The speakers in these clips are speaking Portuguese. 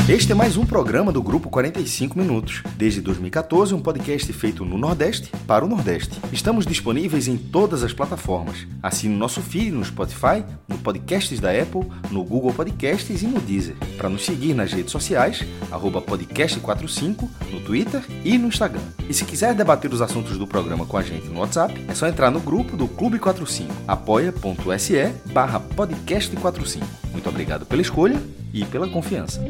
Este é mais um programa do Grupo 45 Minutos. Desde 2014, um podcast feito no Nordeste para o Nordeste. Estamos disponíveis em todas as plataformas. Assine o nosso feed no Spotify, no Podcasts da Apple, no Google Podcasts e no Deezer. Para nos seguir nas redes sociais, @podcast45, no Twitter e no Instagram. E se quiser debater os assuntos do programa com a gente no WhatsApp, é só entrar no grupo do Clube 45, apoia.se/podcast45. Muito obrigado pela escolha e pela confiança.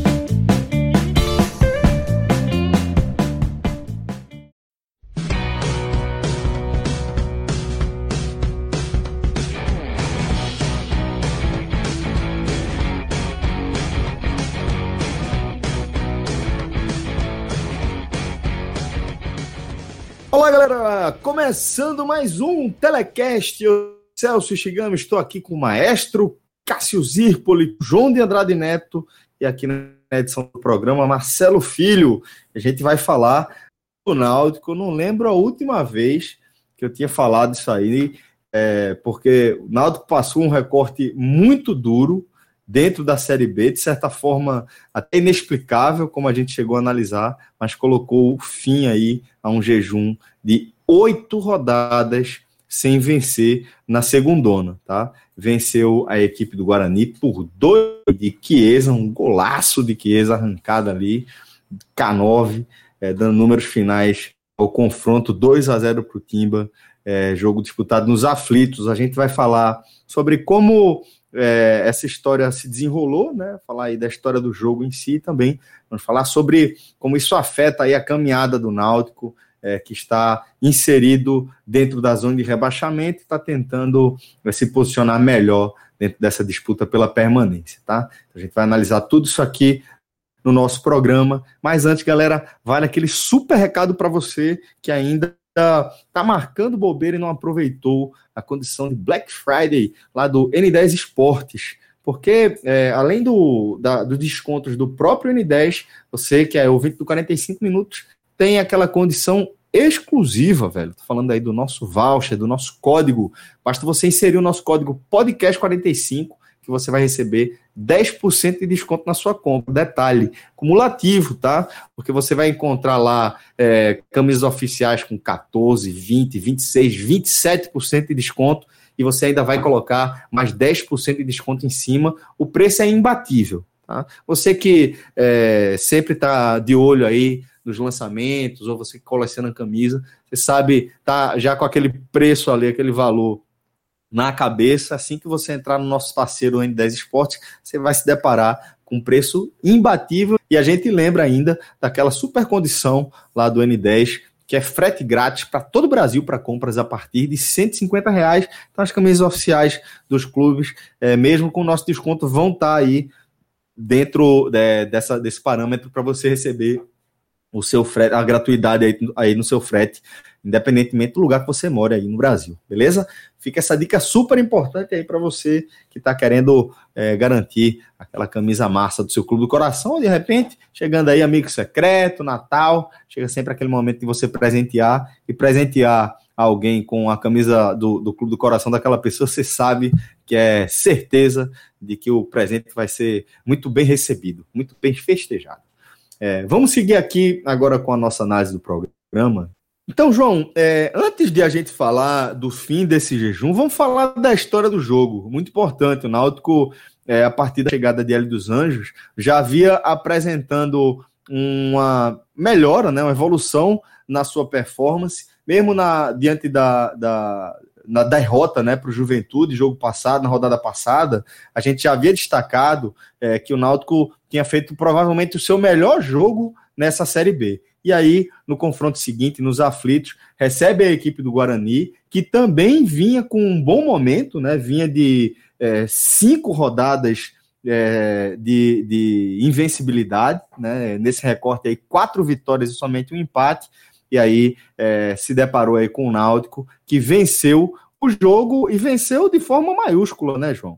Olá, galera! Começando mais um Telecast. Eu, Celso Shigami, estou aqui com o maestro Cássio Zirpoli, João de Andrade Neto e aqui na edição do programa Marcelo Filho. A gente vai falar do Náutico. Eu não lembro a última vez que eu tinha falado isso aí, porque o Náutico passou um recorte muito duro dentro da Série B, de certa forma até inexplicável, como a gente chegou a analisar, mas colocou o fim aí a um jejum de 8 rodadas sem vencer na segundona, tá? Venceu a equipe do Guarani por 2 de Chiesa, um golaço de Chiesa arrancada ali, K9, dando números finais ao confronto, 2-0 para o Timba, jogo disputado nos aflitos. A gente vai falar sobre como essa história se desenrolou, né? Falar aí da história do jogo em si também. Vamos falar sobre como isso afeta aí a caminhada do Náutico, que está inserido dentro da zona de rebaixamento e está tentando se posicionar melhor dentro dessa disputa pela permanência, tá? A gente vai analisar tudo isso aqui no nosso programa, mas antes, galera, vale aquele super recado para você que ainda está marcando bobeira e não aproveitou a condição de Black Friday lá do N10 Esportes, porque além dos descontos do próprio N10, você que é ouvinte do 45 Minutos, tem aquela condição exclusiva, velho. Tô falando aí do nosso voucher, do nosso código. Basta você inserir o nosso código podcast45 que você vai receber 10% de desconto na sua compra. Detalhe, cumulativo, tá? Porque você vai encontrar lá camisas oficiais com 14, 20, 26, 27% de desconto e você ainda vai colocar mais 10% de desconto em cima. O preço é imbatível, tá? Você que sempre tá de olho aí nos lançamentos, ou você que coleciona camisa, você sabe, tá já com aquele preço ali, aquele valor na cabeça. Assim que você entrar no nosso parceiro N10 Esportes, você vai se deparar com um preço imbatível. E a gente lembra ainda daquela super condição lá do N10, que é frete grátis para todo o Brasil para compras a partir de R$150. Então as camisas oficiais dos clubes, mesmo com o nosso desconto, vão estar aí dentro desse parâmetro para você receber o seu frete, a gratuidade aí no seu frete, independentemente do lugar que você mora aí no Brasil, beleza? Fica essa dica super importante aí para você que está querendo garantir aquela camisa massa do seu clube do coração, ou de repente, chegando aí amigo secreto, Natal, chega sempre aquele momento de você presentear alguém com a camisa do clube do coração daquela pessoa, você sabe que é certeza de que o presente vai ser muito bem recebido, muito bem festejado. Vamos seguir aqui agora com a nossa análise do programa. Então, João, antes de a gente falar do fim desse jejum, vamos falar da história do jogo. Muito importante, o Náutico, a partir da chegada de Hélio dos Anjos, já havia apresentando uma melhora, né, uma evolução na sua performance, mesmo diante na derrota, né, para o Juventude, jogo passado, na rodada passada, a gente já havia destacado que o Náutico tinha feito provavelmente o seu melhor jogo nessa Série B. E aí, no confronto seguinte, nos aflitos, recebe a equipe do Guarani, que também vinha com um bom momento, né, vinha de 5 rodadas de invencibilidade, né, nesse recorte aí, 4 vitórias e somente um empate, e aí se deparou aí com o Náutico, que venceu o jogo e venceu de forma maiúscula, né, João?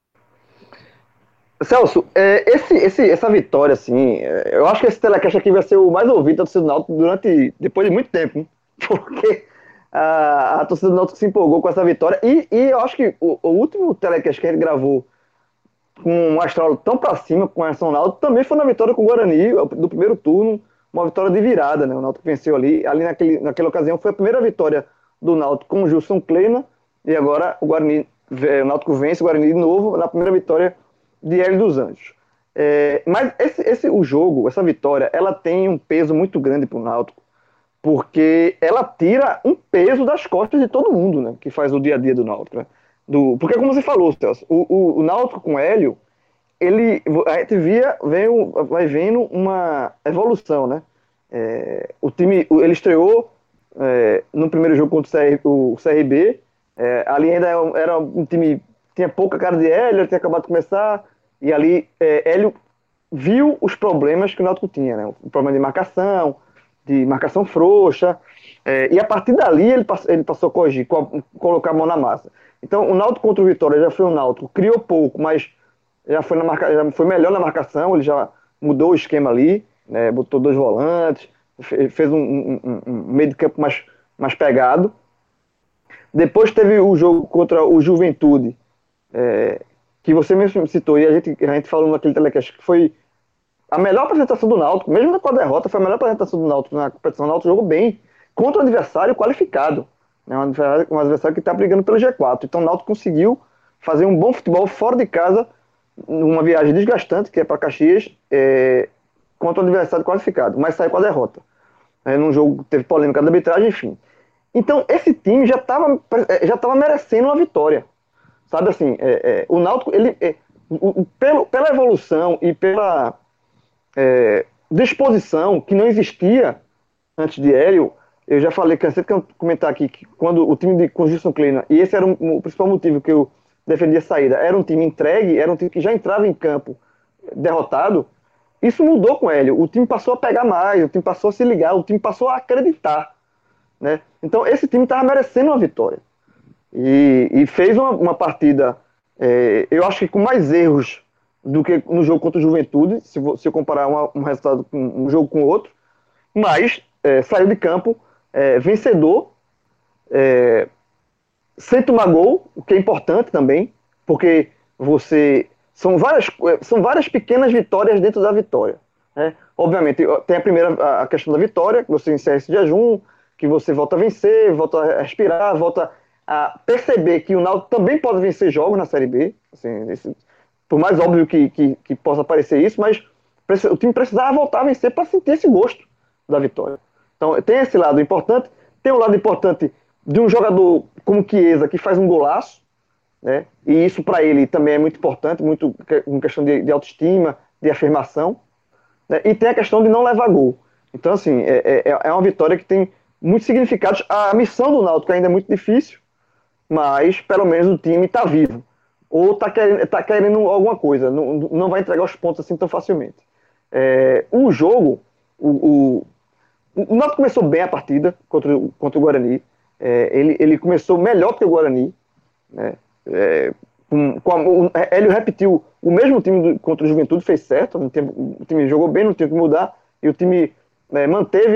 Celso, essa vitória, assim, eu acho que esse telecast aqui vai ser o mais ouvido da torcida do Náutico depois de muito tempo, hein? Porque a torcida do Náutico se empolgou com essa vitória, e eu acho que o último telecast que a gente gravou com um astral tão para cima com relação ao Náutico, também foi na vitória com o Guarani, do primeiro turno, uma vitória de virada, né? O Náutico venceu ali naquela ocasião foi a primeira vitória do Náutico com o Gilson Kleina, e agora o Náutico vence o Guarani de novo na primeira vitória de Hélio dos Anjos. Mas o jogo, essa vitória, ela tem um peso muito grande para o Náutico, porque ela tira um peso das costas de todo mundo, né? Que faz o dia a dia do Náutico, né? Porque, como você falou, Celso, o Náutico com o Hélio, a gente vai vendo uma evolução, né? O time, ele estreou no primeiro jogo contra o CRB, ali ainda era um time, tinha pouca cara de Hélio, ele tinha acabado de começar, e ali Hélio viu os problemas que o Náutico tinha, né? O problema de marcação frouxa, e a partir dali ele passou a corrigir, colocar a mão na massa. Então o Náutico contra o Vitória já foi um Náutico, criou pouco, mas já foi melhor na marcação, ele já mudou o esquema ali, né? Botou 2 volantes, fez um meio de campo mais pegado. Depois teve o jogo contra o Juventude, que você mesmo citou, e a gente falou naquele telecast, que foi a melhor apresentação do Náutico, mesmo com a derrota, foi a melhor apresentação do Náutico na competição. O Náutico jogou bem contra um adversário qualificado, né? Um adversário que está brigando pelo G4. Então o Náutico conseguiu fazer um bom futebol fora de casa, numa viagem desgastante, que é para Caxias, contra um adversário qualificado, mas saiu com a derrota. Num jogo teve polêmica da arbitragem, enfim. Então esse time já estava merecendo uma vitória. Sabe assim, o Náutico, pela evolução e pela disposição que não existia antes de Hélio, eu já falei, cansei de comentar aqui, que quando o time com Gilson Kleina, e esse era o principal motivo que eu defendia a saída, era um time entregue, era um time que já entrava em campo derrotado, isso mudou com Hélio. O time passou a pegar mais, o time passou a se ligar, o time passou a acreditar, né? Então esse time estava merecendo uma vitória. E fez uma partida, eu acho que com mais erros do que no jogo contra o Juventude, se eu comparar um resultado com um jogo com o outro, mas saiu de campo vencedor, sem tomar gol, o que é importante também, porque são várias pequenas vitórias dentro da vitória, né? Obviamente, tem a questão da vitória, que você encerra esse jejum, que você volta a vencer, volta a respirar, volta a perceber que o Náutico também pode vencer jogos na Série B, assim, por mais óbvio que possa parecer isso, mas o time precisava voltar a vencer para sentir esse gosto da vitória. Então tem esse lado importante, tem um lado importante de um jogador como Chiesa, que faz um golaço, né? E isso para ele também é muito importante, muito uma questão de autoestima, de afirmação, né? E tem a questão de não levar gol. Então assim, é uma vitória que tem muitos significados. A missão do Náutico ainda é muito difícil, mas pelo menos o time está vivo. Ou está querendo alguma coisa, não vai entregar os pontos assim tão facilmente. O jogo, o Náutico começou bem a partida contra o Guarani. Ele começou melhor que o Guarani, né? O Hélio repetiu o mesmo time contra o Juventude, fez certo, o time jogou bem, não tinha que mudar, e o time manteve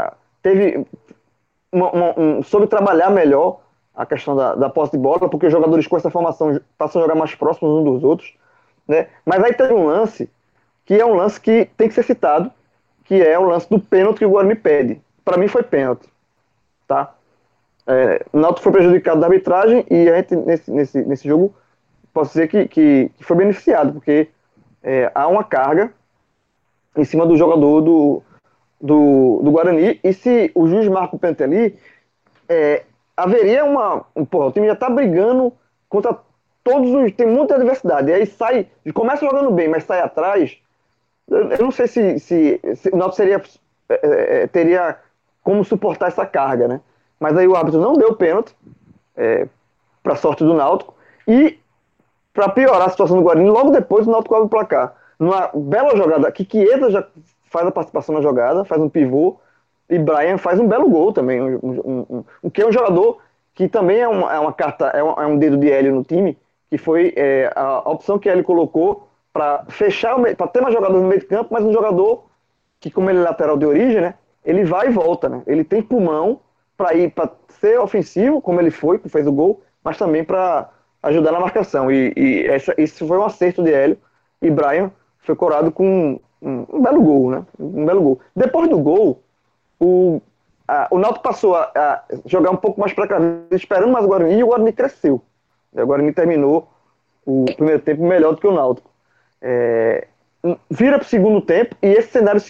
soube trabalhar melhor a questão da posse de bola, porque os jogadores com essa formação passam a jogar mais próximos uns dos outros, né? Mas aí tem um lance que é um lance que tem que ser citado, que é o lance do pênalti que o Guarani pede. Para mim foi pênalti, tá? O Náutico foi prejudicado da arbitragem e a gente nesse jogo posso dizer que foi beneficiado, porque há uma carga em cima do jogador do Guarani, e se o juiz marca o pênalti ali, haveria o time já tá brigando contra tem muita adversidade, e aí começa jogando bem, mas sai atrás. Eu não sei se o Náutico teria como suportar essa carga, né? Mas aí o árbitro não deu pênalti, para sorte do Náutico, e para piorar a situação do Guarani, logo depois o Náutico abre o placar. Numa bela jogada, que Chiesa já faz a participação na jogada, faz um pivô, e Brian faz um belo gol também, que é um jogador que também é uma carta, é um dedo de Hélio no time, que foi a opção que Hélio colocou para fechar, para ter mais jogadores no meio de campo, mas um jogador que, como ele é lateral de origem, né, ele vai e volta, né? Ele tem pulmão para ser ofensivo, como ele fez o gol, mas também para ajudar na marcação. Isso foi um acerto de Hélio, e Brian foi coroado com um belo gol, né? Um belo gol. Depois do gol, o Náutico passou a jogar um pouco mais para cá, esperando mais o Guarani, e o Guarani cresceu. O Guarani terminou o primeiro tempo melhor do que o Náutico. Vira para o segundo tempo e esse cenário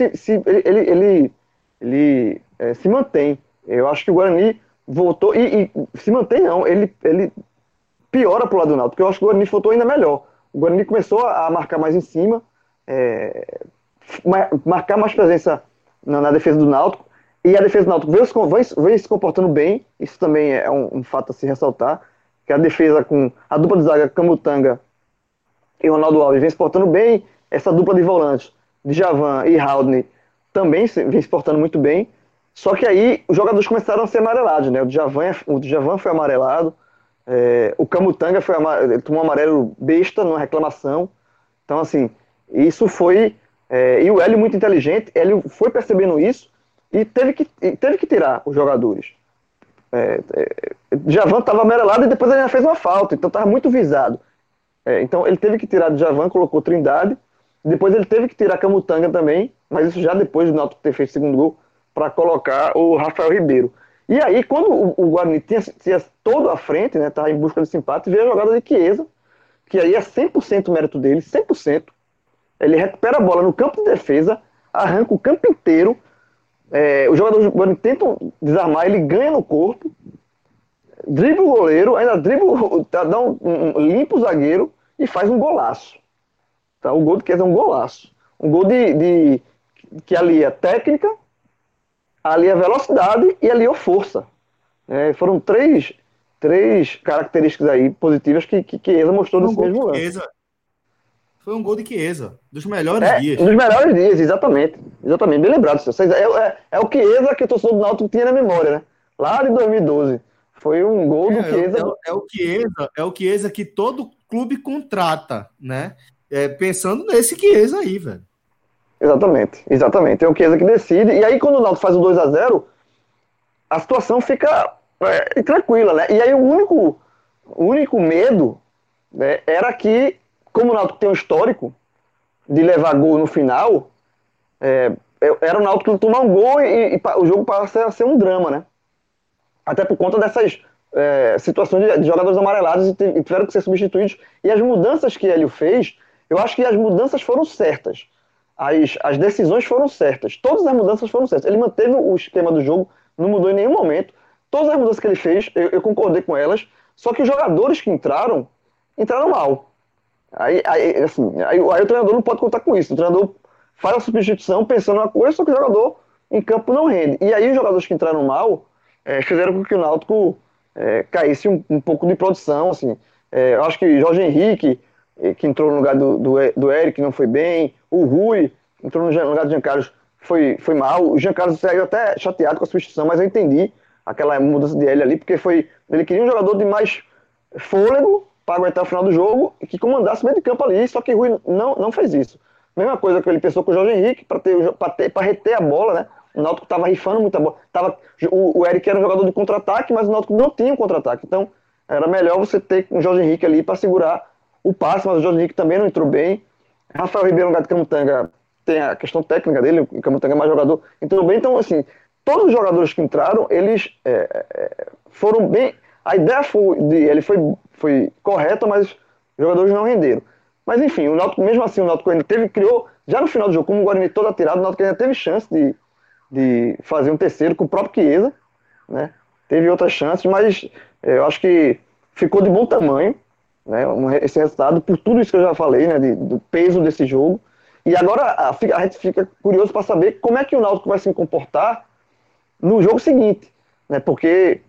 se mantém. Eu acho que o Guarani voltou e se mantém não, ele piora para o lado do Náutico, porque eu acho que o Guarani voltou ainda melhor. O Guarani começou a marcar mais em cima, marcar mais presença na defesa do Náutico, e a defesa do Náutico veio se comportando bem. Isso também é um fato a se ressaltar, que a defesa com a dupla de zaga Camutanga e Ronaldo Alves vem se portando bem. Essa dupla de volantes, Djavan e Haldane, também vem se portando muito bem. Só que aí os jogadores começaram a ser amarelados, né? O Djavan foi amarelado, o Camutanga tomou um amarelo besta numa reclamação. Então, assim, isso foi... e o Hélio, muito inteligente, ele foi percebendo isso e teve que tirar os jogadores. Djavan estava amarelado e depois ele ainda fez uma falta, então estava muito visado. Então ele teve que tirar Djavan, colocou Trindade, depois ele teve que tirar Camutanga também, mas isso já depois do Náutico ter feito o segundo gol, para colocar o Rafael Ribeiro. E aí, quando o Guarani tinha todo à frente, né, estava em busca desse empate, veio a jogada de Chiesa, que aí é 100% mérito dele, 100%. Ele recupera a bola no campo de defesa, arranca o campo inteiro, os jogadores do Guarani tentam desarmar, ele ganha no corpo, dribla o goleiro, ainda limpa o zagueiro e faz um golaço. Tá? O gol de Chiesa é um golaço. Um gol que alia técnica, alia velocidade e alia força. Foram três características aí positivas que Chiesa mostrou nesse mesmo lance. Foi um gol de Chiesa, dos melhores dias. Dos melhores dias, exatamente. Exatamente, bem lembrado. É o Chiesa que o torcedor do Náutico tinha na memória, né? Lá de 2012. Foi um gol do Chiesa. É o Chiesa que todo clube contrata, né? Pensando nesse Chiesa aí, velho. Exatamente. É o Chiesa que decide. E aí, quando o Náutico faz o 2-0, a situação fica tranquila, né? E aí, o único medo, né, era que, como o Náutico tem um histórico de levar gol no final, era o Náutico tomar um gol e o jogo passa a ser um drama, né? Até por conta dessas situações de jogadores amarelados e tiveram que ser substituídos. E as mudanças que ele fez, eu acho que as mudanças foram certas. As decisões foram certas. Todas as mudanças foram certas. Ele manteve o esquema do jogo, não mudou em nenhum momento. Todas as mudanças que ele fez, eu concordei com elas. Só que os jogadores que entraram mal. Aí o treinador não pode contar com isso. O treinador faz a substituição pensando uma coisa, só que o jogador em campo não rende. E aí os jogadores que entraram mal fizeram com que o Náutico caísse um pouco de produção. Assim. Eu acho que Jorge Henrique, que entrou no lugar do Eric, não foi bem. O Rui entrou no lugar do Jean Carlos, foi mal. O Jean Carlos saiu até chateado com a substituição, mas eu entendi aquela mudança de ele ali, porque ele queria um jogador de mais fôlego para aguentar o final do jogo e que comandasse o meio de campo ali, só que o Rui não fez isso. Mesma coisa que ele pensou com o Jorge Henrique, para reter a bola, né? O Náutico estava rifando muita bola. O Eric era um jogador de contra-ataque, mas o Náutico não tinha um contra-ataque. Então, era melhor você ter um Jorge Henrique ali para segurar o passe, mas o Jorge Henrique também não entrou bem. Rafael Ribeiro, no lugar de Camutanga, tem a questão técnica dele, o Camutanga é mais jogador, entrou bem. Então, assim, todos os jogadores que entraram, eles foram bem... A ideia ele foi correta, mas os jogadores não renderam. Mas, enfim, o Náutico, mesmo assim, o Náutico ainda criou, já no final do jogo, como o Guarani todo atirado, o Náutico ainda teve chance de fazer um terceiro com o próprio Chiesa, né? Teve outras chances, mas eu acho que ficou de bom tamanho, né, esse resultado, por tudo isso que eu já falei, né, do peso desse jogo. E agora a gente fica curioso para saber como é que o Náutico vai se comportar no jogo seguinte, né, porque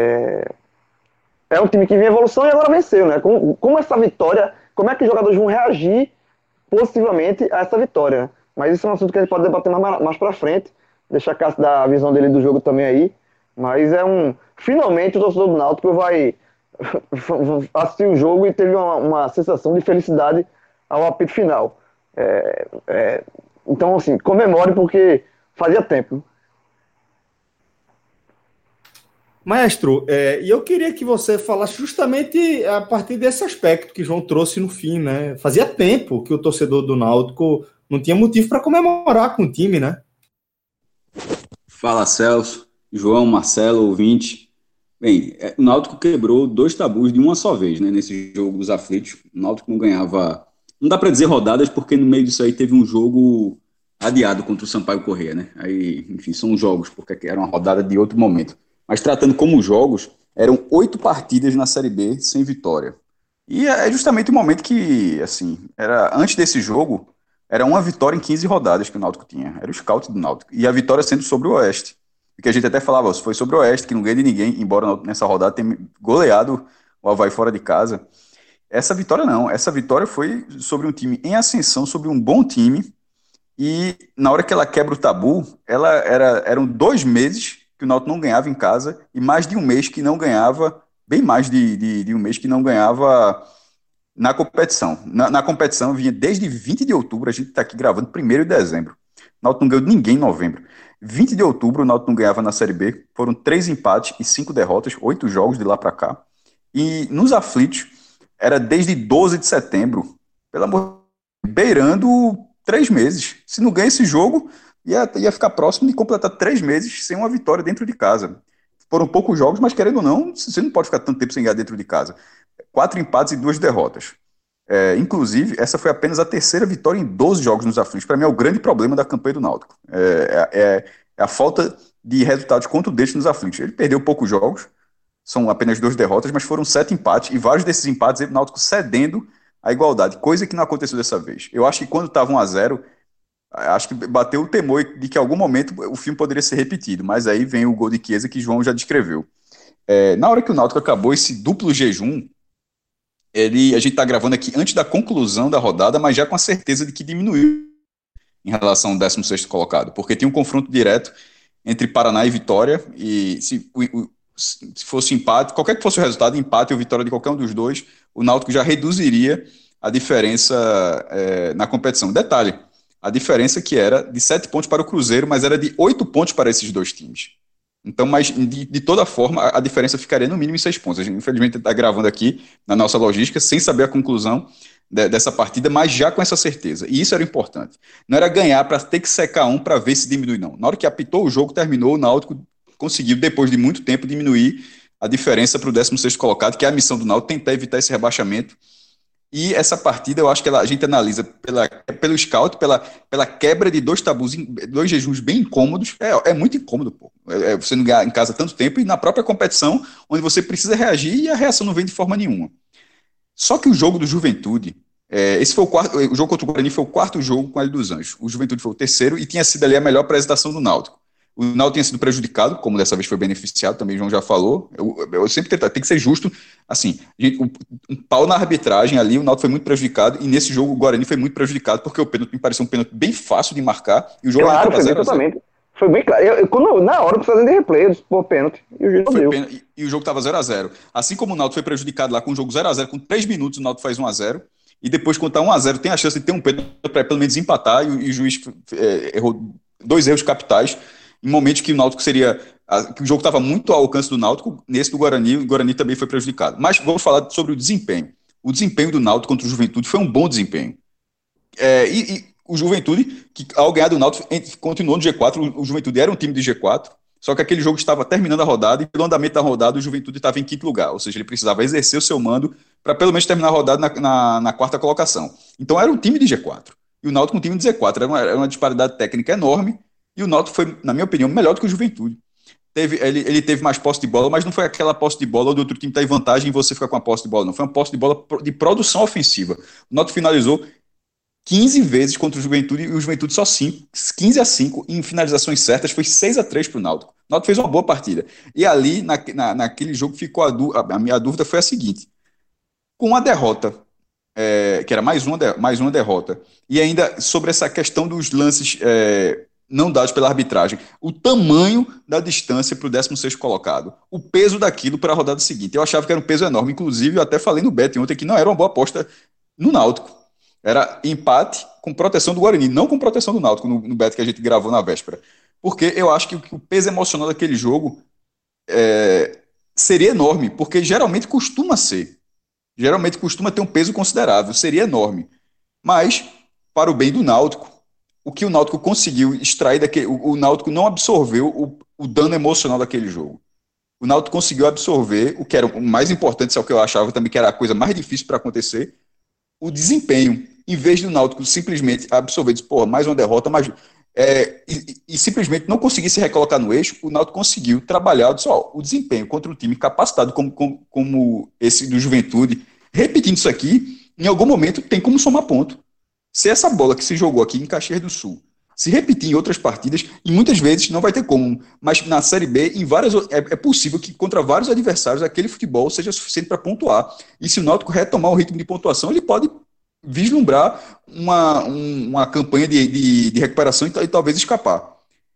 é um time que vinha em evolução e agora venceu, né? Como essa vitória, como é que os jogadores vão reagir positivamente a essa vitória, né? Mas isso é um assunto que a gente pode debater mais para frente, deixar a Cássio dar a visão dele do jogo também aí, mas finalmente o torcedor do Náutico vai assistir o jogo e teve uma sensação de felicidade ao apito final. Então, assim, comemore porque fazia tempo. Maestro, e eu queria que você falasse justamente a partir desse aspecto que João trouxe no fim, né? Fazia tempo que o torcedor do Náutico não tinha motivo para comemorar com o time, né? Fala Celso, João, Marcelo, ouvinte. Bem, o Náutico quebrou 2 tabus de uma só vez, né, nesse jogo dos aflitos. O Náutico não ganhava, não dá para dizer rodadas, porque no meio disso aí teve um jogo adiado contra o Sampaio Corrêa, né? Aí, enfim, são jogos, porque era uma rodada de outro momento. Mas tratando como jogos, eram 8 partidas na Série B sem vitória. E é justamente o momento que, assim, era antes desse jogo, era uma vitória em 15 rodadas que o Náutico tinha. Era o scout do Náutico. E a vitória sendo sobre o Oeste. Porque a gente até falava, se foi sobre o Oeste, que não ganha de ninguém, embora nessa rodada tenha goleado o Avaí fora de casa. Essa vitória não. Essa vitória foi sobre um time em ascensão, sobre um bom time. E na hora que ela quebra o tabu, eram 2 meses que o Náutico não ganhava em casa e mais de um mês que não ganhava, bem mais de um mês que não ganhava na competição. Na competição vinha desde 20 de outubro, a gente está aqui gravando 1º de dezembro. O Náutico não ganhou de ninguém em novembro. 20 de outubro, o Náutico não ganhava na Série B. Foram 3 empates e 5 derrotas, 8 jogos de lá para cá. E nos aflitos, era desde 12 de setembro, pelo amor de Deus, beirando 3 meses. Se não ganha esse jogo, ia ficar próximo de completar 3 meses sem uma vitória dentro de casa. Foram poucos jogos, mas querendo ou não, você não pode ficar tanto tempo sem ganhar dentro de casa. 4 empates e 2 derrotas. Inclusive, essa foi apenas a terceira vitória em 12 jogos nos aflitos. Para mim, é o grande problema da campanha do Náutico. É a falta de resultados contundentes nos aflitos. Ele perdeu poucos jogos, são apenas 2 derrotas, mas foram 7 empates, e vários desses empates, o Náutico cedendo a igualdade, coisa que não aconteceu dessa vez. Eu acho que quando estava 1-0, acho que bateu o temor de que em algum momento o filme poderia ser repetido, mas aí vem o gol de Chiesa que João já descreveu. Na hora que o Náutico acabou esse duplo jejum, a gente está gravando aqui antes da conclusão da rodada, mas já com a certeza de que diminuiu em relação ao 16º colocado, porque tinha um confronto direto entre Paraná e Vitória, e se fosse empate, qualquer que fosse o resultado, empate ou vitória de qualquer um dos dois, o Náutico já reduziria a diferença na competição. Detalhe, a diferença que era de 7 pontos para o Cruzeiro, mas era de 8 pontos para esses dois times. Então, mas de toda forma, a diferença ficaria no mínimo em 6 pontos. A gente, infelizmente, está gravando aqui na nossa logística, sem saber a conclusão dessa partida, mas já com essa certeza. E isso era importante. Não era ganhar para ter que secar um para ver se diminui, não. Na hora que apitou o jogo, terminou, o Náutico conseguiu, depois de muito tempo, diminuir a diferença para o 16º colocado, que é a missão do Náutico, tentar evitar esse rebaixamento. E essa partida, eu acho que a gente analisa pelo scout, pela quebra de 2 tabus, 2 jejuns bem incômodos. É muito incômodo, pô. Você não ganhar em casa tanto tempo e na própria competição, onde você precisa reagir e a reação não vem de forma nenhuma. Só que o jogo do Juventude, esse foi o jogo contra o Guarani foi o 4º jogo com a Ilha dos Anjos. O Juventude foi o 3º e tinha sido ali a melhor apresentação do Náutico. O Náutico tinha sido prejudicado, como dessa vez foi beneficiado, também o João já falou. Eu sempre tem que ser justo. Assim, um pau na arbitragem ali, o Náutico foi muito prejudicado, e nesse jogo o Guarani foi muito prejudicado, porque o pênalti me pareceu um pênalti bem fácil de marcar, e o jogo claro, foi totalmente. Foi bem claro. Na hora, fazendo de replay, eu disse, pô, pênalti, e o juiz não deu. E o jogo estava 0-0. Assim como o Náutico foi prejudicado lá com o jogo 0-0, com 3 minutos o Náutico faz 1-0, e depois, quando está 1-0, tem a chance de ter um pênalti para pelo menos empatar, e o juiz errou 2 erros capitais, em momentos que o Náutico que o jogo estava muito ao alcance do Náutico. Nesse do Guarani, o Guarani também foi prejudicado. Mas vamos falar sobre o desempenho. O desempenho do Náutico contra o Juventude foi um bom desempenho. E o Juventude, que ao ganhar do Náutico, continuou no G4. O Juventude era um time de G4, só que aquele jogo estava terminando a rodada, e pelo andamento da rodada, o Juventude estava em 5º lugar, ou seja, ele precisava exercer o seu mando para pelo menos terminar a rodada na 4ª colocação. Então era um time de G4, e o Náutico um time de Z4, era uma disparidade técnica enorme, e o Náutico foi, na minha opinião, melhor do que o Juventude. Ele teve mais posse de bola, mas não foi aquela posse de bola onde o outro time está em vantagem e você fica com a posse de bola, não. Foi uma posse de bola de produção ofensiva. O Náutico finalizou 15 vezes contra o Juventude, e o Juventude só 15-5 em finalizações certas, foi 6-3 para o Náutico. O Náutico fez uma boa partida. E ali, naquele jogo, ficou a minha dúvida foi a seguinte: com a derrota, que era mais uma derrota, e ainda sobre essa questão dos lances não dados pela arbitragem, o tamanho da distância para o 16º colocado, o peso daquilo para a rodada seguinte, eu achava que era um peso enorme. Inclusive, eu até falei no bet ontem que não era uma boa aposta no Náutico. Era empate com proteção do Guarani, não com proteção do Náutico, no bet que a gente gravou na véspera. Porque eu acho que o peso emocional daquele jogo seria enorme, porque geralmente costuma ser. Geralmente costuma ter um peso considerável, seria enorme. Mas, para o bem do Náutico, o que o Náutico conseguiu extrair daquele. O Náutico não absorveu o dano emocional daquele jogo. O Náutico conseguiu absorver o que era o mais importante, isso é o que eu achava também que era a coisa mais difícil para acontecer, o desempenho. Em vez do Náutico simplesmente absorver, dizer, pô, mais uma derrota, e simplesmente não conseguir se recolocar no eixo, o Náutico conseguiu trabalhar o desempenho contra um time capacitado como esse do Juventude. Repetindo isso aqui, em algum momento tem como somar ponto. Se essa bola que se jogou aqui em Caxias do Sul se repetir em outras partidas, e muitas vezes não vai ter como, mas na Série B, é possível que contra vários adversários aquele futebol seja suficiente para pontuar. E se o Náutico retomar o ritmo de pontuação, ele pode vislumbrar uma campanha de recuperação e talvez escapar.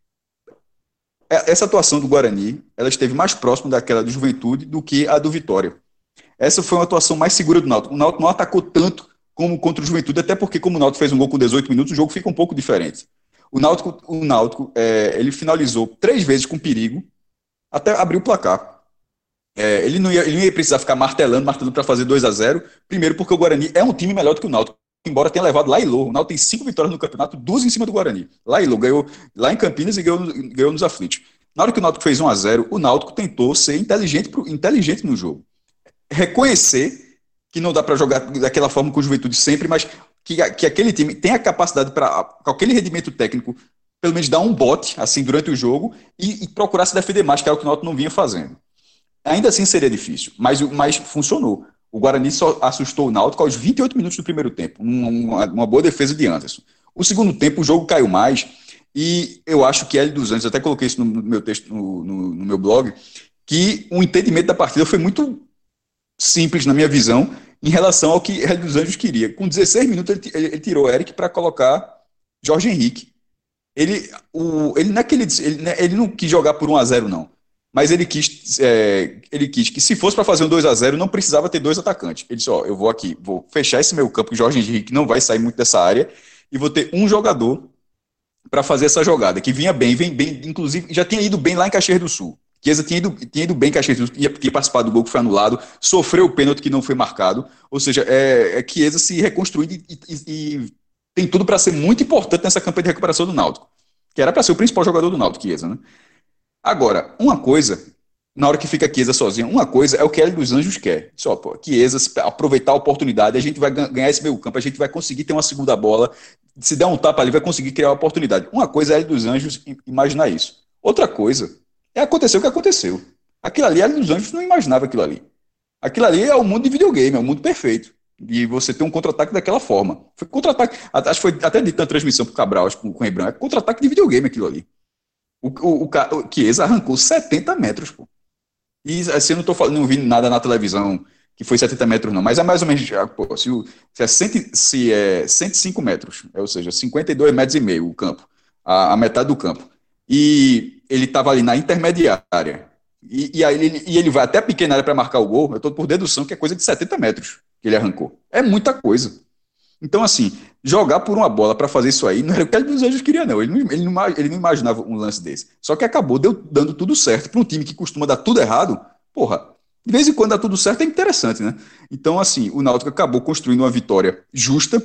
Essa atuação do Guarani, ela esteve mais próxima daquela do Juventude do que a do Vitória. Essa foi uma atuação mais segura do Náutico. O Náutico não atacou tanto como contra o Juventude, até porque como o Náutico fez um gol com 18 minutos, o jogo fica um pouco diferente. O Náutico ele finalizou 3 vezes com perigo, até abrir o placar. Ele não ia precisar ficar martelando para fazer 2-0. Primeiro porque o Guarani é um time melhor do que o Náutico, embora tenha levado Lailô. O Náutico tem 5 vitórias no campeonato, 2 em cima do Guarani. Lailô ganhou lá em Campinas e ganhou nos aflitos. Na hora que o Náutico fez 1-0, o Náutico tentou ser inteligente no jogo. Reconhecer que não dá para jogar daquela forma com o Juventude sempre, mas que aquele time tem a capacidade para, com aquele rendimento técnico, pelo menos dar um bote assim, durante o jogo e procurar se defender mais, que era o que o Náutico não vinha fazendo. Ainda assim seria difícil, mas funcionou. O Guarani só assustou o Náutico aos 28 minutos do primeiro tempo, uma boa defesa de Anderson. O segundo tempo o jogo caiu mais e eu acho que Hélio dos Anjos, até coloquei isso no meu texto, no meu blog, que o entendimento da partida foi muito simples na minha visão em relação ao que Hélio dos Anjos queria. Com 16 minutos ele tirou Eric para colocar Jorge Henrique. Ele não quis jogar por 1-0 não, mas ele quis que se fosse para fazer um 2-0 não precisava ter 2 atacantes. Ele disse, eu vou fechar esse meio campo, que Jorge Henrique não vai sair muito dessa área, e vou ter um jogador para fazer essa jogada, que vem bem, inclusive já tinha ido bem lá em Caxias do Sul. Chiesa tinha ido bem em Caxias do Sul, tinha participado do gol que foi anulado, sofreu o pênalti que não foi marcado, ou seja, Chiesa se reconstruindo e tem tudo para ser muito importante nessa campanha de recuperação do Náutico, que era para ser o principal jogador do Náutico, Chiesa, né? Agora, uma coisa, na hora que fica Chiesa sozinho, uma coisa é o que Hélio dos Anjos quer. Chiesa, aproveitar a oportunidade, a gente vai ganhar esse meio campo, a gente vai conseguir ter uma segunda bola, se der um tapa ali, vai conseguir criar uma oportunidade. Uma coisa é Hélio dos Anjos imaginar isso. Outra coisa aconteceu o que aconteceu. Aquilo ali, Hélio dos Anjos não imaginava aquilo ali. Aquilo ali é o mundo de videogame, é o mundo perfeito. E você ter um contra-ataque daquela forma. Foi contra-ataque, acho que foi até dito na transmissão pro Cabral, acho, com o Rembrandt, é contra-ataque de videogame aquilo ali. O Chiesa arrancou 70 metros, pô. E assim, eu não vi nada na televisão que foi 70 metros, não. Mas é mais ou menos, pô, se é 105 metros, ou seja, 52 metros e meio o campo, a metade do campo. E ele estava ali na intermediária. E aí ele vai até a pequena área para marcar o gol. Eu estou por dedução que é coisa de 70 metros que ele arrancou. É muita coisa. Então, assim, jogar por uma bola para fazer isso aí não era o que ele dos Anjos queria, não. Ele não imaginava um lance desse. Só que acabou dando tudo certo. Para um time que costuma dar tudo errado, porra, de vez em quando dá tudo certo é interessante, né? Então, assim, o Náutico acabou construindo uma vitória justa,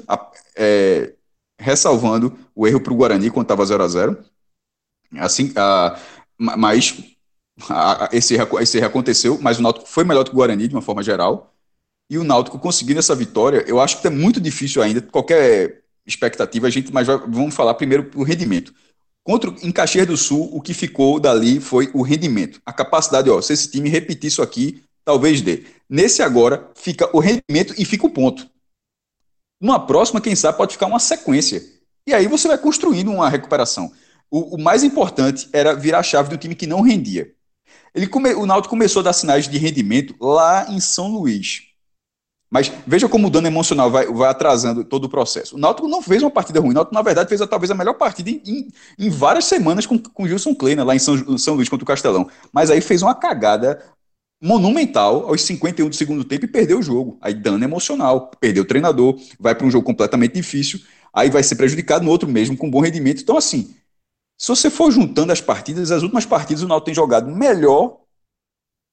ressalvando o erro para o Guarani quando estava 0-0. Assim, mas esse erro aconteceu, mas o Náutico foi melhor do que o Guarani de uma forma geral. E o Náutico conseguindo essa vitória, eu acho que é muito difícil ainda, qualquer expectativa, mas vamos falar primeiro o rendimento. Em Caxias do Sul, o que ficou dali foi o rendimento. A capacidade, se esse time repetir isso aqui, talvez dê. Nesse agora, fica o rendimento e fica o ponto. Numa próxima, quem sabe, pode ficar uma sequência. E aí você vai construindo uma recuperação. O mais importante era virar a chave do time que não rendia. O Náutico começou a dar sinais de rendimento lá em São Luís. Mas veja como o dano emocional vai atrasando todo o processo. O Náutico não fez uma partida ruim. O Náutico, na verdade, fez talvez a melhor partida em várias semanas com o Gilson Kleina, lá em São Luís contra o Castelão. Mas aí fez uma cagada monumental aos 51 do segundo tempo e perdeu o jogo. Aí dano emocional, perdeu o treinador, vai para um jogo completamente difícil, aí vai ser prejudicado no outro mesmo, com bom rendimento. Então, assim, se você for juntando as últimas partidas o Náutico tem jogado melhor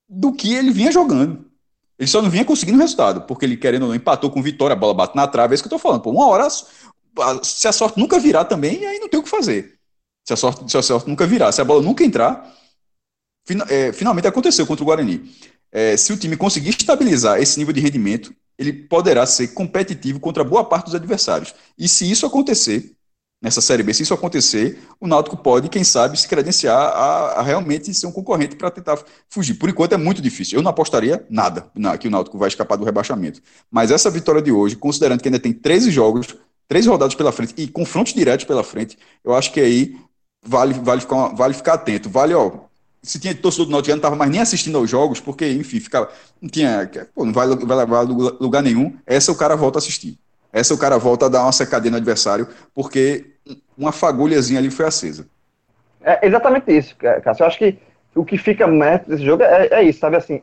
do que ele vinha jogando. Ele só não vinha conseguindo resultado, porque ele, querendo ou não, empatou com Vitória, a bola bate na trave, é isso que eu tô falando. Pô, uma hora, se a sorte nunca virar também, aí não tem o que fazer. Se a sorte nunca virar, se a bola nunca entrar, finalmente aconteceu contra o Guarani. Se o time conseguir estabilizar esse nível de rendimento, ele poderá ser competitivo contra boa parte dos adversários. E se isso acontecer, nessa Série B, se isso acontecer, o Náutico pode, quem sabe, se credenciar a realmente ser um concorrente para tentar fugir. Por enquanto é muito difícil. Eu não apostaria nada que o Náutico vai escapar do rebaixamento. Mas essa vitória de hoje, considerando que ainda tem 13 jogos, 13 rodadas pela frente e confrontos diretos pela frente, eu acho que aí vale ficar atento. Se tinha torcedor do Náutico, não estava mais nem assistindo aos jogos, porque, enfim, não tinha, não vai levar lugar nenhum. Essa o cara volta a assistir. Essa o cara volta a dar uma secadinha no adversário, porque uma fagulhazinha ali foi acesa. É exatamente isso, Cássio. Eu acho que o que fica mérito desse jogo é isso, sabe assim?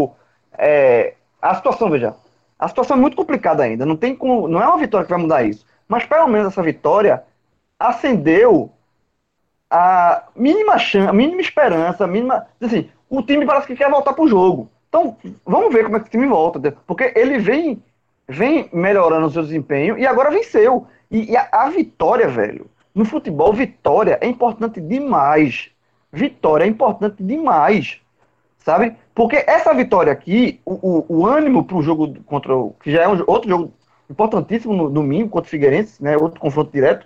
A situação, veja. A situação é muito complicada ainda. Não é uma vitória que vai mudar isso. Mas pelo menos essa vitória acendeu a mínima chance, a mínima esperança, assim, o time parece que quer voltar pro jogo. Então, vamos ver como é que o time volta. Porque ele vem melhorando o seu desempenho e agora venceu. E a vitória, velho, no futebol, vitória é importante demais. Vitória é importante demais. Sabe? Porque essa vitória aqui, o ânimo pro jogo que já é outro jogo importantíssimo no domingo contra o Figueirense, né? Outro confronto direto.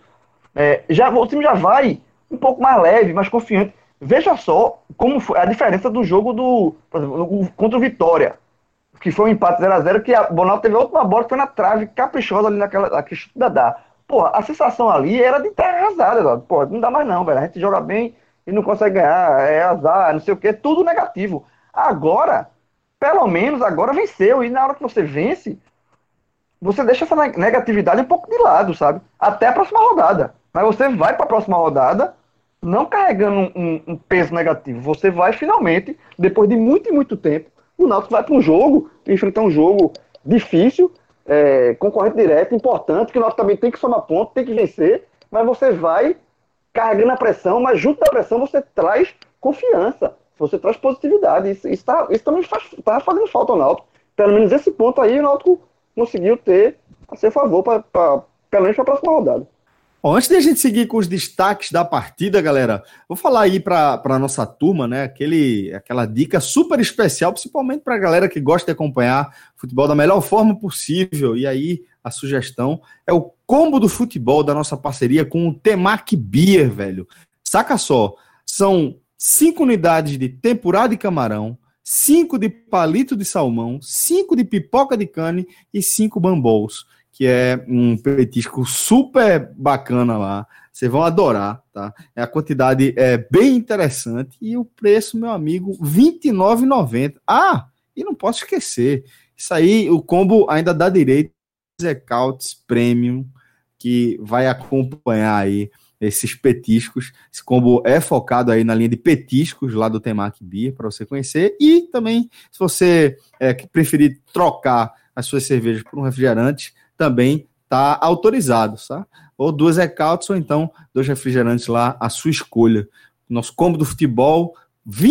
O time já vai um pouco mais leve, mais confiante. Veja só como foi a diferença do jogo por exemplo, contra o Vitória, que foi um empate 0x0, que a Bonaldo teve outra bola que foi na trave, caprichosa ali naquele chute da Dá. Pô, a sensação ali era de terra arrasada. Pô, não dá mais não, velho. A gente joga bem e não consegue ganhar, é azar, não sei o que, tudo negativo. Agora, pelo menos agora venceu, e na hora que você vence, você deixa essa negatividade um pouco de lado, sabe? Até a próxima rodada. Mas você vai para a próxima rodada não carregando um peso negativo. Você vai finalmente, depois de muito e muito tempo, o Náutico vai para um jogo, enfrentar um jogo difícil, concorrente direto, importante, que o Náutico também tem que somar ponto, tem que vencer, mas você vai carregando a pressão, mas junto da pressão você traz confiança, você traz positividade. Isso também está fazendo falta ao Náutico. Pelo menos esse ponto aí o Náutico conseguiu ter a seu favor, pelo menos para a próxima rodada. Bom, antes de a gente seguir com os destaques da partida, galera, vou falar aí para a nossa turma, né? Aquela dica super especial, principalmente para a galera que gosta de acompanhar futebol da melhor forma possível. E aí, a sugestão é o combo do futebol da nossa parceria com o Temac Beer, velho. Saca só, são 5 unidades de tempurá de camarão, 5 de palito de salmão, 5 de pipoca de carne e 5 bambols, que é um petisco super bacana lá. Vocês vão adorar, tá? A quantidade é bem interessante e o preço, meu amigo, R$ 29,90. Ah, e não posso esquecer, isso aí, o combo ainda dá direito a Zecautes Premium, que vai acompanhar aí esses petiscos. Esse combo é focado aí na linha de petiscos lá do Temac Beer, para você conhecer. E também, se você preferir trocar as suas cervejas por um refrigerante, também está autorizado, tá? Ou 2 Zecautes, ou então 2 refrigerantes lá, a sua escolha. Nosso combo do futebol, R$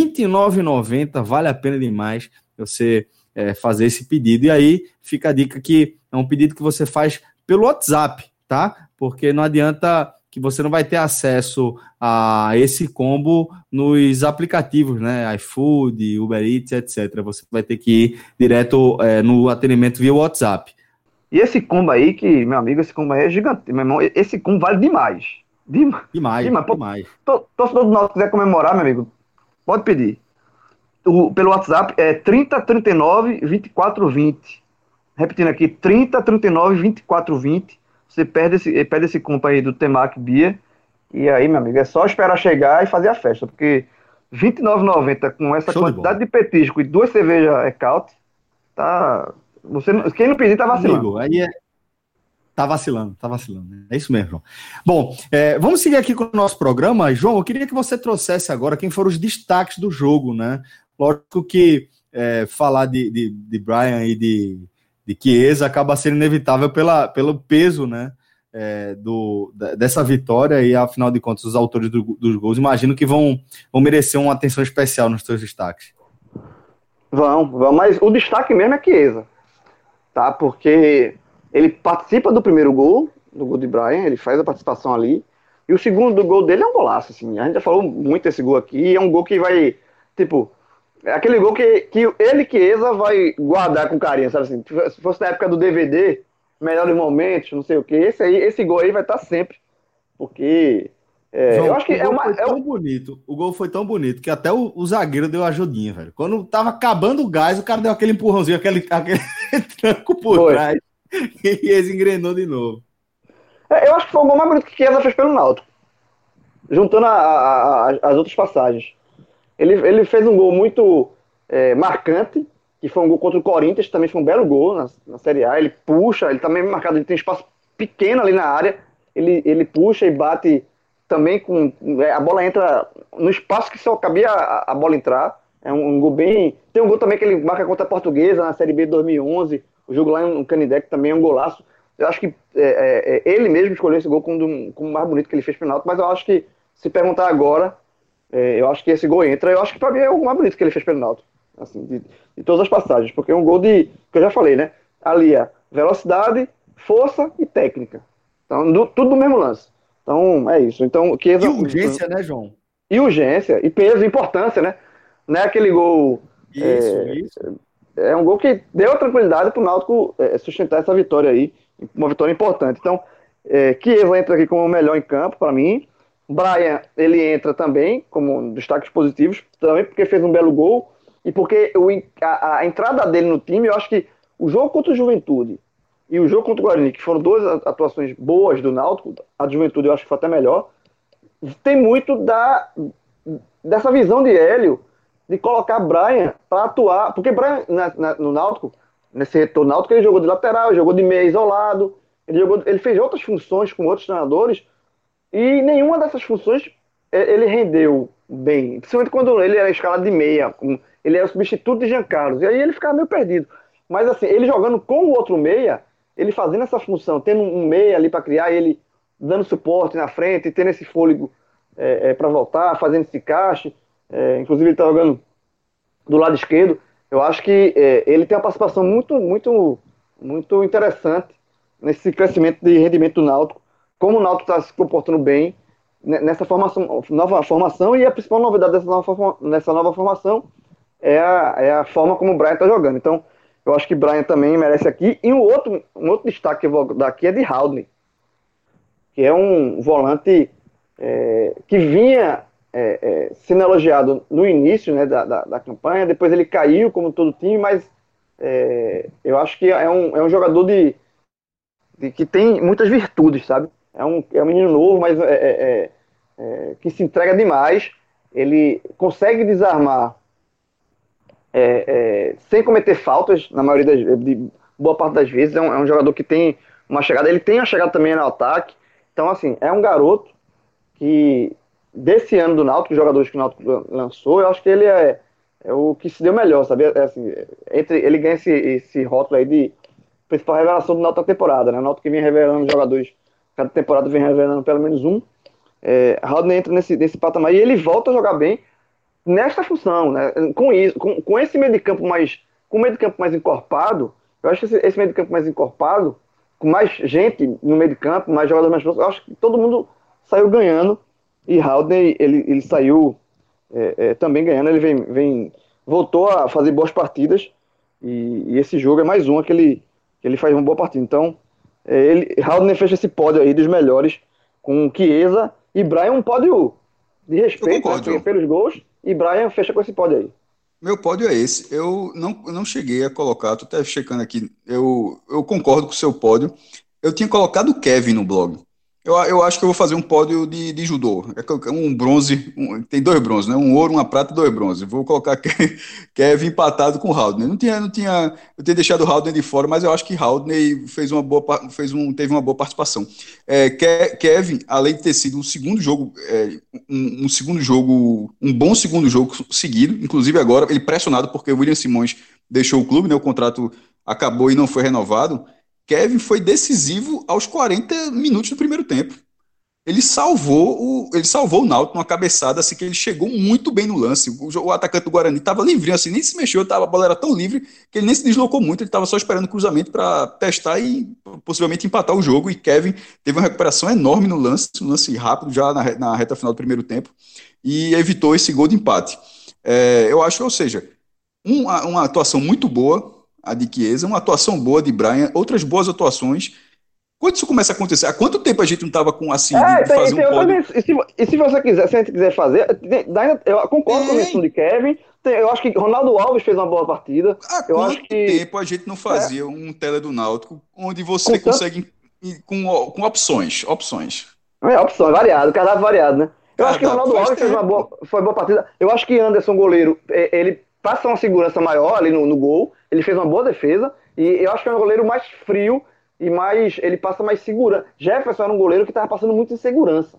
29,90, vale a pena demais você fazer esse pedido. E aí fica a dica que é um pedido que você faz pelo WhatsApp, tá? Porque não adianta que você não vai ter acesso a esse combo nos aplicativos, né? iFood, Uber Eats, etc. Você vai ter que ir direto no atendimento via WhatsApp. E esse combo aí, meu amigo, esse combo aí é gigante, meu irmão. Esse combo vale demais. Demais. Torcedor do Náutico quiser comemorar, meu amigo, pode pedir. Pelo WhatsApp é 3039 2420. Repetindo aqui, 3039 2420. Você pede esse combo aí do Temac Beer. E aí, meu amigo, é só esperar chegar e fazer a festa. Porque R$ 29,90 com essa quantidade de petisco e 2 cervejas Caute, tá... Quem não pedir tá vacilando. Amigo, aí tá vacilando. É isso mesmo, João. Bom, vamos seguir aqui com o nosso programa. João, eu queria que você trouxesse agora quem foram os destaques do jogo, né? Lógico que falar de Brian e de Chiesa acaba sendo inevitável pelo peso, né? Dessa vitória, e afinal de contas os autores dos gols imagino que vão merecer uma atenção especial nos seus destaques. Vão, mas o destaque mesmo é Chiesa, tá? Porque ele participa do primeiro gol, do gol de Brian, ele faz a participação ali, e o segundo gol dele é um golaço, assim, a gente já falou muito desse gol aqui, é um gol que vai, tipo, é aquele gol que ele, Chiesa, vai guardar com carinho, sabe assim, se fosse na época do DVD, melhores momentos, não sei o que, esse gol aí vai estar sempre, porque João, eu acho que o gol foi tão bonito, o gol foi tão bonito que até o zagueiro deu ajudinha, velho. Quando tava acabando o gás, o cara deu aquele empurrãozinho, aquele tranco por trás e ele engrenou de novo. Eu acho que foi o gol mais bonito que Chiesa fez pelo Náutico, juntando as outras passagens. Ele fez um gol muito marcante, que foi um gol contra o Corinthians, também foi um belo gol na Série A. Ele puxa, ele também é marcado, ele tem espaço pequeno ali na área, ele puxa e bate também com. A bola entra no espaço que só cabia a bola entrar. É um gol bem. Tem um gol também que ele marca contra a Portuguesa na Série B de 2011, o jogo lá em Canidé, que também é um golaço. Eu acho que ele mesmo escolheu esse gol como o mais bonito que ele fez pro Náutico, mas eu acho que, se perguntar agora, eu acho que esse gol entra. Eu acho que pra mim é o mais bonito que ele fez pelo Náutico, assim, de todas as passagens, porque é um gol que eu já falei, né? Ali é velocidade, força e técnica. Então, tudo no mesmo lance. Então, é isso. Então, E urgência, né, João? E urgência, e peso, e importância, né? Não é aquele gol. Isso. É um gol que deu tranquilidade pro Náutico sustentar essa vitória aí, uma vitória importante. Então, Chiesa entra aqui como o melhor em campo, para mim. Brian, ele entra também como destaques positivos, também porque fez um belo gol e porque a entrada dele no time, eu acho que o jogo contra o Juventude e o jogo contra o Guarani, que foram duas atuações boas do Náutico, a de Juventude eu acho que foi até melhor, tem muito dessa visão de Hélio de colocar Brian para atuar, porque Brian no Náutico, nesse retorno Náutico, ele jogou de lateral, jogou de meia isolado, ele fez outras funções com outros treinadores e nenhuma dessas funções ele rendeu bem. Principalmente quando ele era escalado de meia. Ele era o substituto de Jean Carlos. E aí ele ficava meio perdido. Mas assim, ele jogando com o outro meia, ele fazendo essa função, tendo um meia ali para criar, ele dando suporte na frente, tendo esse fôlego para voltar, fazendo esse encaixe. Inclusive ele está jogando do lado esquerdo. Eu acho que ele tem uma participação muito, muito, muito interessante nesse crescimento de rendimento do Náutico. Como o Náutico está se comportando bem nessa nova formação, e a principal novidade nessa nova formação é a forma como o Brian está jogando. Então, eu acho que o Brian também merece aqui. E um outro destaque que eu vou dar aqui é de Haldane, que é um volante que vinha sendo elogiado no início, né, da campanha. Depois ele caiu, como todo time, mas eu acho que é um jogador que tem muitas virtudes, sabe? É um menino novo, mas que se entrega demais. Ele consegue desarmar sem cometer faltas, na maioria de boa parte das vezes. É um jogador que tem uma chegada. Ele tem uma chegada também no ataque. Então, assim, é um garoto que, desse ano do Náutico, os jogadores que o Náutico lançou, eu acho que ele é o que se deu melhor, sabe? Assim, ele ganha esse rótulo aí de principal revelação do Náutico da temporada, né? O Náutico que vem revelando jogadores, cada temporada vem revelando pelo menos um. Haldane entra nesse patamar e ele volta a jogar bem nesta função, né? Com isso, com esse meio de campo com o meio de campo mais encorpado, eu acho que esse meio de campo mais encorpado, com mais gente no meio de campo, mais jogadores mais próximos, eu acho que todo mundo saiu ganhando e Haldane, ele saiu também ganhando. Ele voltou a fazer boas partidas e esse jogo é mais uma que ele faz uma boa partida. Então, Haldane fecha esse pódio aí dos melhores com Chiesa e Brian, um pódio de respeito, concordo, né, pelos gols, e Brian fecha com esse pódio aí. Meu pódio é esse. Eu não cheguei a colocar, tô até checando aqui, eu concordo com o seu pódio. Eu tinha colocado o Kevin no blog. Eu acho que eu vou fazer um pódio de judô. Um bronze, tem 2 bronzes, né? Um ouro, uma prata e 2 bronzes. Vou colocar Kevin empatado com o Haldane. Eu tinha deixado o Haldane de fora, mas eu acho que Haldane teve uma boa participação. Kevin, além de ter sido um segundo jogo, um bom segundo jogo seguido, inclusive agora, ele pressionado porque o William Simões deixou o clube, né? O contrato acabou e não foi renovado. Kevin foi decisivo aos 40 minutos do primeiro tempo. ele salvou o Náutico numa cabeçada, assim, que ele chegou muito bem no lance. O atacante do Guarani estava livrinho, assim, nem se mexeu, a bola era tão livre que ele nem se deslocou muito, ele estava só esperando o cruzamento para testar e possivelmente empatar o jogo. E Kevin teve uma recuperação enorme no lance, um lance rápido, já na reta final do primeiro tempo, e evitou esse gol de empate. Eu acho, ou seja, uma atuação muito boa, a de Chiesa, uma atuação boa de Brian, outras boas atuações. Quando isso começa a acontecer? Há quanto tempo a gente não estava com assim de fazer um pódio? E se você quiser, se a gente quiser fazer, eu concordo com a questão de Kevin. Eu acho que Ronaldo Alves fez uma boa partida. Há Eu quanto acho que tempo a gente não fazia um tele do Náutico onde você consegue com opções? Opção, é variado, cardápio variado, né? Eu acho que Cardápio, Ronaldo faz Alves tempo. foi uma boa partida. Eu acho que Anderson, goleiro, ele passa uma segurança maior ali no gol. Ele fez uma boa defesa. E eu acho que é um goleiro mais frio e mais. Ele passa mais segura. Jefferson era um goleiro que estava passando muita insegurança.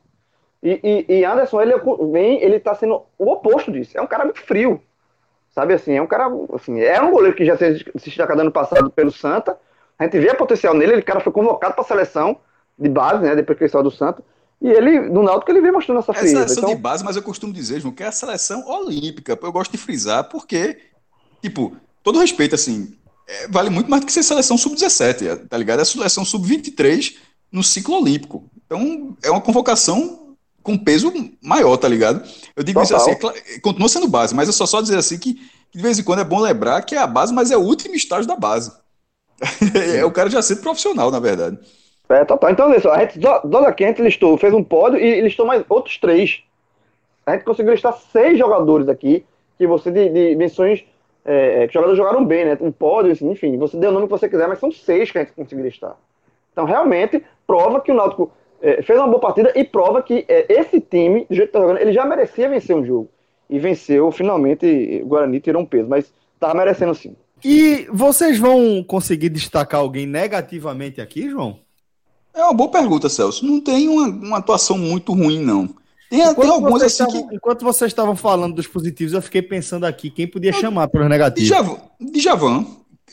E Anderson, ele tá sendo o oposto disso. É um cara muito frio. Sabe assim, é um cara. Assim, é um goleiro que já se destacou ano passado pelo Santa. A gente vê potencial nele. Ele cara foi convocado para a seleção de base, né? Depois que ele saiu do Santa. E ele, no Náutico, ele vem mostrando essa É frieza. seleção de base, mas eu costumo dizer, João, que é a seleção olímpica. Eu gosto de frisar, porque, tipo, todo respeito, assim, vale muito mais do que ser seleção sub-17, tá ligado? É a seleção sub-23 no ciclo olímpico. Então, é uma convocação com peso maior, tá ligado? Eu digo isso assim, Total. continua sendo base, mas é só dizer assim que de vez em quando é bom lembrar que é a base, mas é o último estágio da base. É o cara já ser profissional, na verdade. Total. Então, olha só, a gente, Dona aqui, a gente listou, fez um pódio e listou mais outros três. A gente conseguiu listar 6 jogadores aqui, que você, de menções, que os jogadores jogaram bem, né? Um pódio, assim, enfim, você deu o nome que você quiser, mas são 6 que a gente conseguiu listar. Então, realmente, prova que o Náutico fez uma boa partida e prova que esse time, do jeito que tá jogando, ele já merecia vencer um jogo. E venceu, finalmente, o Guarani tirou um peso, mas tava merecendo sim. E vocês vão conseguir destacar alguém negativamente aqui, João? É uma boa pergunta, Celso. Não tem uma atuação muito ruim, não. Tem Enquanto alguns vocês assim estavam, que. enquanto vocês estavam falando dos positivos, eu fiquei pensando aqui quem podia chamar pelos negativos. Djavan,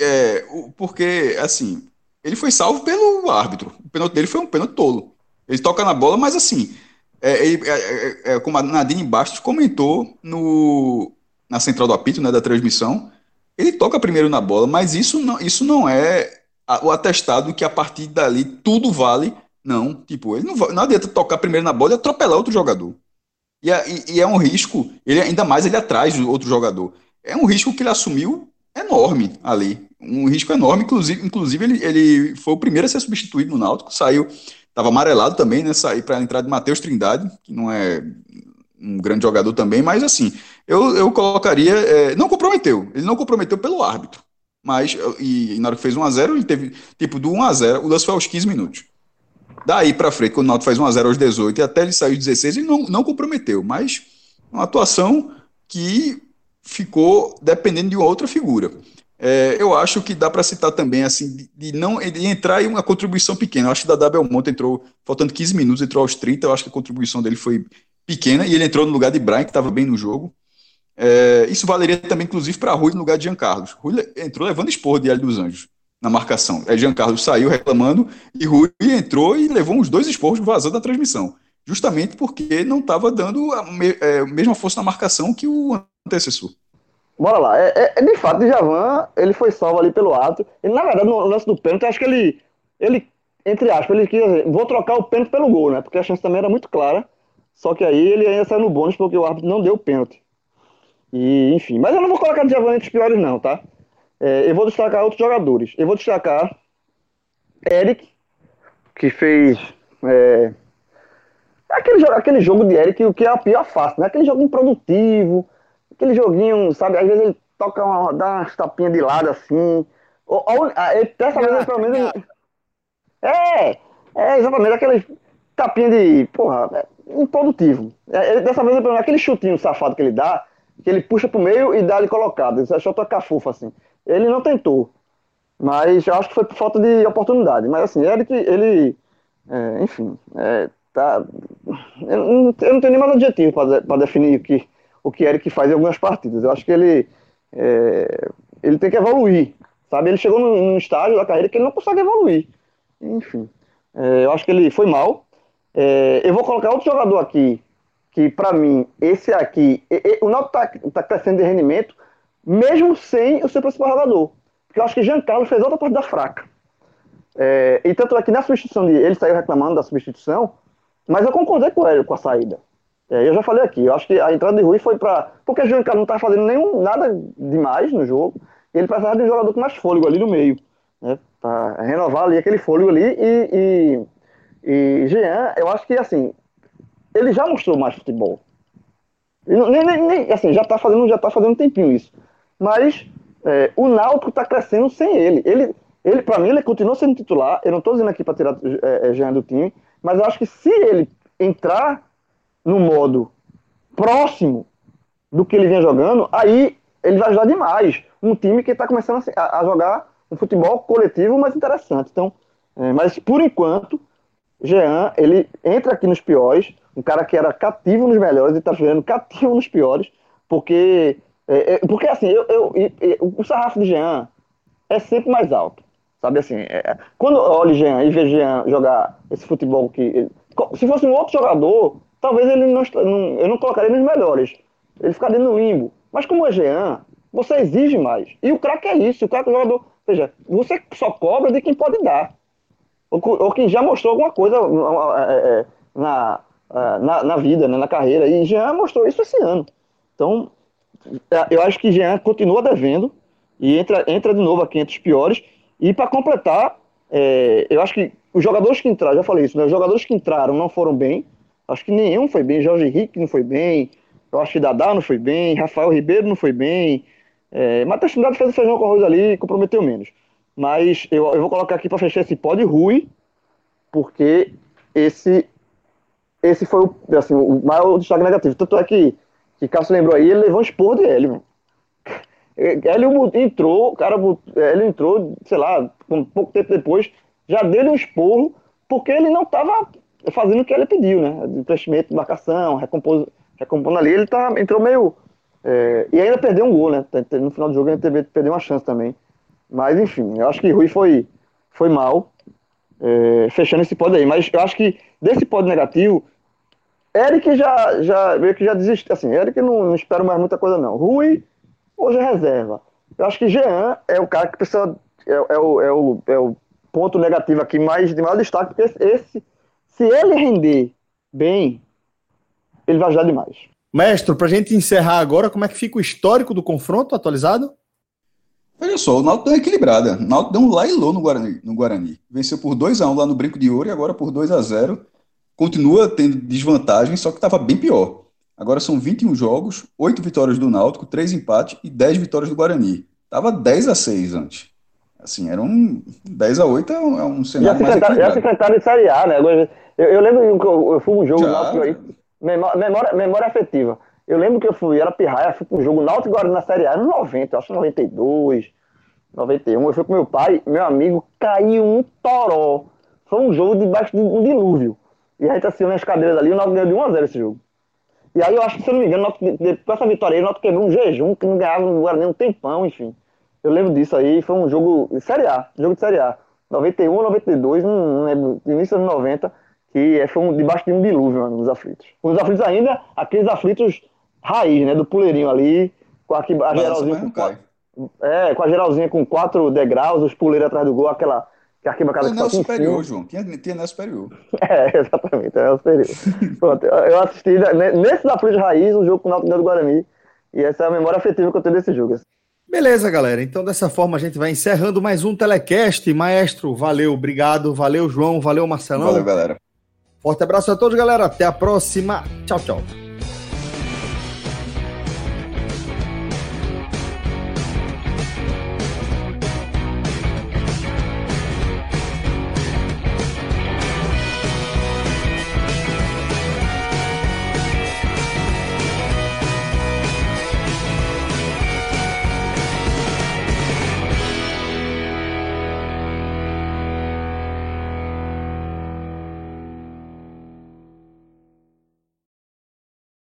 porque, assim, ele foi salvo pelo árbitro. O pênalti dele foi um pênalti tolo. Ele toca na bola, mas assim, como a Nadine Bastos comentou na central do apito, né, da transmissão, ele toca primeiro na bola, mas isso não é o atestado que a partir dali tudo vale. Não, tipo, ele não adianta tocar primeiro na bola e atropelar outro jogador. E é um risco, ainda mais ele atrás do outro jogador. É um risco que ele assumiu enorme ali. Um risco enorme, inclusive ele foi o primeiro a ser substituído no Náutico, saiu, estava amarelado também, né? Saiu para a entrada de Matheus Trindade, que não é um grande jogador também, mas assim, eu colocaria. Ele não comprometeu pelo árbitro. Mas, na hora que fez 1-0, ele teve, tipo, do 1-0, o lance foi aos 15 minutos. Daí para frente, quando o Náutico faz 1-0 aos 18 e até ele sair aos 16, ele não comprometeu, mas uma atuação que ficou dependendo de uma outra figura. Eu acho que dá para citar também assim de entrar em uma contribuição pequena. Eu acho que Dadá Belmonte entrou faltando 15 minutos, entrou aos 30. Eu acho que a contribuição dele foi pequena e ele entrou no lugar de Brian, que estava bem no jogo. Isso valeria também, inclusive, para Rui no lugar de Jean Carlos. Rui entrou levando esporro de Hélio dos Anjos na marcação. Jean Carlos saiu reclamando e Rui entrou e levou uns 2 esporros vazando da transmissão. Justamente porque não estava dando a mesma força na marcação que o antecessor. Bora lá. De fato, o Djavan, ele foi salvo ali pelo ato. Ele, na verdade, no lance do pênalti, eu acho que ele entre aspas, ele quis dizer, vou trocar o pênalti pelo gol, né? Porque a chance também era muito clara. Só que aí ele ainda saiu no bônus porque o árbitro não deu o pênalti. E, enfim. Mas eu não vou colocar o Djavan entre os piores, não, tá? Eu vou destacar outros jogadores. Eu vou destacar Eric, que fez. Aquele jogo de Eric, o que é a pior face, né? Aquele jogo improdutivo, aquele joguinho, sabe? Às vezes ele dá umas tapinhas de lado assim. Dessa vez ele pelo menos. Exatamente, aquele tapinha de. Porra, improdutivo. Dessa vez, pelo menos, aquele chutinho safado que ele dá, que ele puxa pro meio e dá ali colocado. Isso achou tocar fofa assim. Ele não tentou, mas eu acho que foi por falta de oportunidade. Mas assim, Eric, ele. Enfim, tá. Eu não tenho nem mais adjetivo para definir o que Eric faz em algumas partidas. Eu acho que ele tem que evoluir, sabe? Ele chegou num estágio da carreira que ele não consegue evoluir. Enfim, eu acho que ele foi mal. Eu vou colocar outro jogador aqui, que para mim, esse aqui, o Náutico tá crescendo de rendimento, mesmo sem o seu principal jogador. Porque eu acho que Jean Carlos fez outra partida fraca. E tanto é que na substituição ele saiu reclamando da substituição, mas eu concordei com ele com a saída. Eu já falei aqui, eu acho que a entrada de Rui foi porque o Jean Carlos não estava fazendo nada demais no jogo, e ele precisava de um jogador com mais fôlego ali no meio, né, para renovar ali aquele fôlego ali, e Jean, eu acho que assim, ele já mostrou mais futebol. Assim, já tá fazendo um tempinho isso. Mas o Náutico tá crescendo sem ele. Ele para mim, ele continua sendo titular. Eu não tô dizendo aqui para tirar Jean do time, mas eu acho que se ele entrar no modo próximo do que ele vinha jogando, aí ele vai ajudar demais um time que está começando a jogar um futebol coletivo mais interessante. Então, mas por enquanto, Jean, ele entra aqui nos piores, um cara que era cativo nos melhores e está jogando cativo nos piores, porque assim, o sarrafo de Jean é sempre mais alto, sabe assim, quando eu olho Jean e vejo Jean jogar esse futebol que, se fosse um outro jogador, talvez eu não colocaria nos melhores, ele ficaria no limbo, mas como é Jean, você exige mais, e o craque é isso, o craque é o jogador, ou seja, você só cobra de quem pode dar, ou quem já mostrou alguma coisa na vida, né, na carreira, e Jean mostrou isso esse ano. Então, eu acho que Jean continua devendo, e entra de novo aqui entre os piores, e para completar, eu acho que os jogadores que entraram, já falei isso, né, os jogadores que entraram não foram bem, acho que nenhum foi bem, Jorge Henrique não foi bem, eu acho que Dadá não foi bem, Rafael Ribeiro não foi bem, Matheus Trindade fez o feijão com arroz ali e comprometeu menos. Mas eu vou colocar aqui para fechar esse pódio Rui, porque esse foi o maior destaque negativo. Tanto é que Cássio lembrou aí, ele levou um esporro de Hélio. Hélio entrou, ele entrou, sei lá, um pouco tempo depois, já deu um esporro, porque ele não estava fazendo o que ele pediu, né? De investimento, marcação, recompondo ali, ele entrou meio... e ainda perdeu um gol, né? No final do jogo ele perdeu uma chance também. Mas, enfim, eu acho que Rui foi mal, fechando esse pódio aí. Mas eu acho que desse pódio negativo, Eric meio que já desistiu. Assim, Eric não espero mais muita coisa, não. Rui, hoje é reserva. Eu acho que Jean é o cara que precisa... É o ponto negativo aqui, de maior destaque, porque se ele render bem, ele vai ajudar demais. Mestre, pra gente encerrar agora, como é que fica o histórico do confronto atualizado? Olha só, o Náutico deu uma equilibrada. O Náutico deu um lá e lô no Guarani. Venceu por 2-1 lá no Brinco de Ouro e agora por 2-0. Continua tendo desvantagem, só que estava bem pior. Agora são 21 jogos, 8 vitórias do Náutico, 3 empates e 10 vitórias do Guarani. Estava 10-6 antes. Assim, era um 10-8, é um cenário mais equilibrado. Já secretário de Série A, né? Eu lembro que eu fui um jogo Náutico aí, memória afetiva. Eu lembro que eu fui, era pirraia, fui pro jogo Náutico Guarani na Série A, no 90, acho que 92, 91. Eu fui com meu pai, meu amigo, caiu um toró. Foi um jogo debaixo de um dilúvio. E a gente assim nas cadeiras ali, o Náutico ganhou de 1-0 esse jogo. E aí eu acho que, se eu não me engano, com essa vitória aí, o Náutico quebrou um jejum que não ganhava no Guarani um tempão, enfim. Eu lembro disso aí, foi um jogo de Série A, 91, 92, não lembro, início dos 90, que foi debaixo de um dilúvio, mano, nos aflitos. Os aflitos ainda, aqueles aflitos raiz, né, do puleirinho ali, com a geralzinha com a geralzinha com 4 degraus, os puleiros atrás do gol, aquela arquibancada que só tinha superior, João, tinha anel superior. Exatamente, anel superior. Pronto, eu assisti nesses aflitos raiz, o jogo com o Náutico do Guarani, e essa é a memória afetiva que eu tenho desse jogo. Beleza, galera. Então, dessa forma, a gente vai encerrando mais um Telecast. Maestro, valeu, obrigado. Valeu, João. Valeu, Marcelão. Valeu, galera. Forte abraço a todos, galera. Até a próxima. Tchau, tchau.